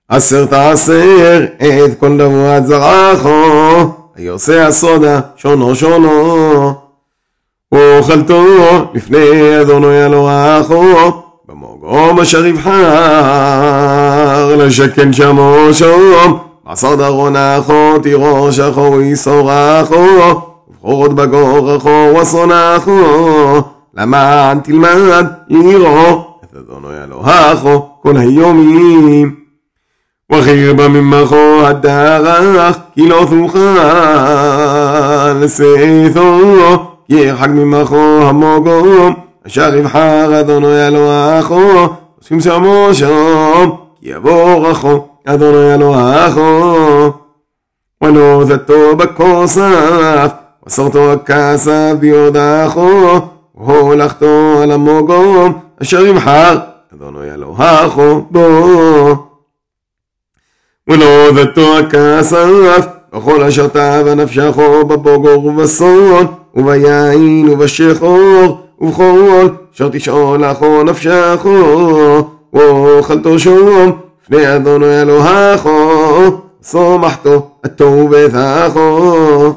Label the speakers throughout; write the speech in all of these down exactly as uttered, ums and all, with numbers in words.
Speaker 1: עשר תעשר את כל דברת זרחו, היוסע סודה שונו שונו. אוכלתו לפני אדונו ילורחו, במוגום אשר יבחר לשכן שמו שום. מעשר דרון אחו תירוש אחו יסורחו, ובחורות בגור אחו וסונחו, למען תלמד לירו את אדונו ילורחו כל היומים. וחיר בה ממחו הדרך כי לא תוכל לסתו, כי ירחק ממחו המוגום אשר יבחר אדונו ילורחו, ושם שמו שום כי יבורכו אדונו ילורחו. ונוזתו בכוסף וסרתו הכסף ביודחו, והולכתו על המוגום אשר יבחר אדונו ילורחו בו. ונוזתו הכסף וכל אשר תאווה נפשךו בבוגור ובסון וביין ובשחור ובכל אשר תשאולךו נפשךו. ואוכלתו שום לפני אדונו אלוהיכו, ושמחתו אתו ובטחו.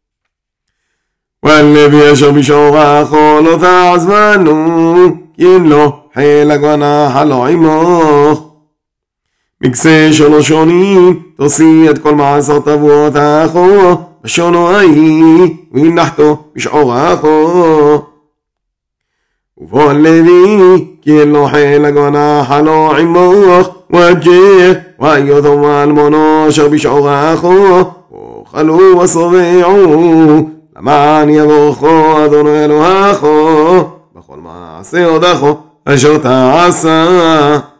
Speaker 1: והלוי אשר בשעורכו לא תעזבנו, כי אם לא חלק ונחל לא עמך. מקצה שלוש שונים תוציא את כל מעשר תבואתךו בשונו ההיא, והנחתו בשעורכו. ובוא לוי כי אין לו חלק ונחל לא עמך, והג'ר והיותו ואלמונו אשר בשעורכו, ואוכלו ושבעו, למען יבורכו אדונו אלוהיכו בכל מעשה הודחו אשר תעשה.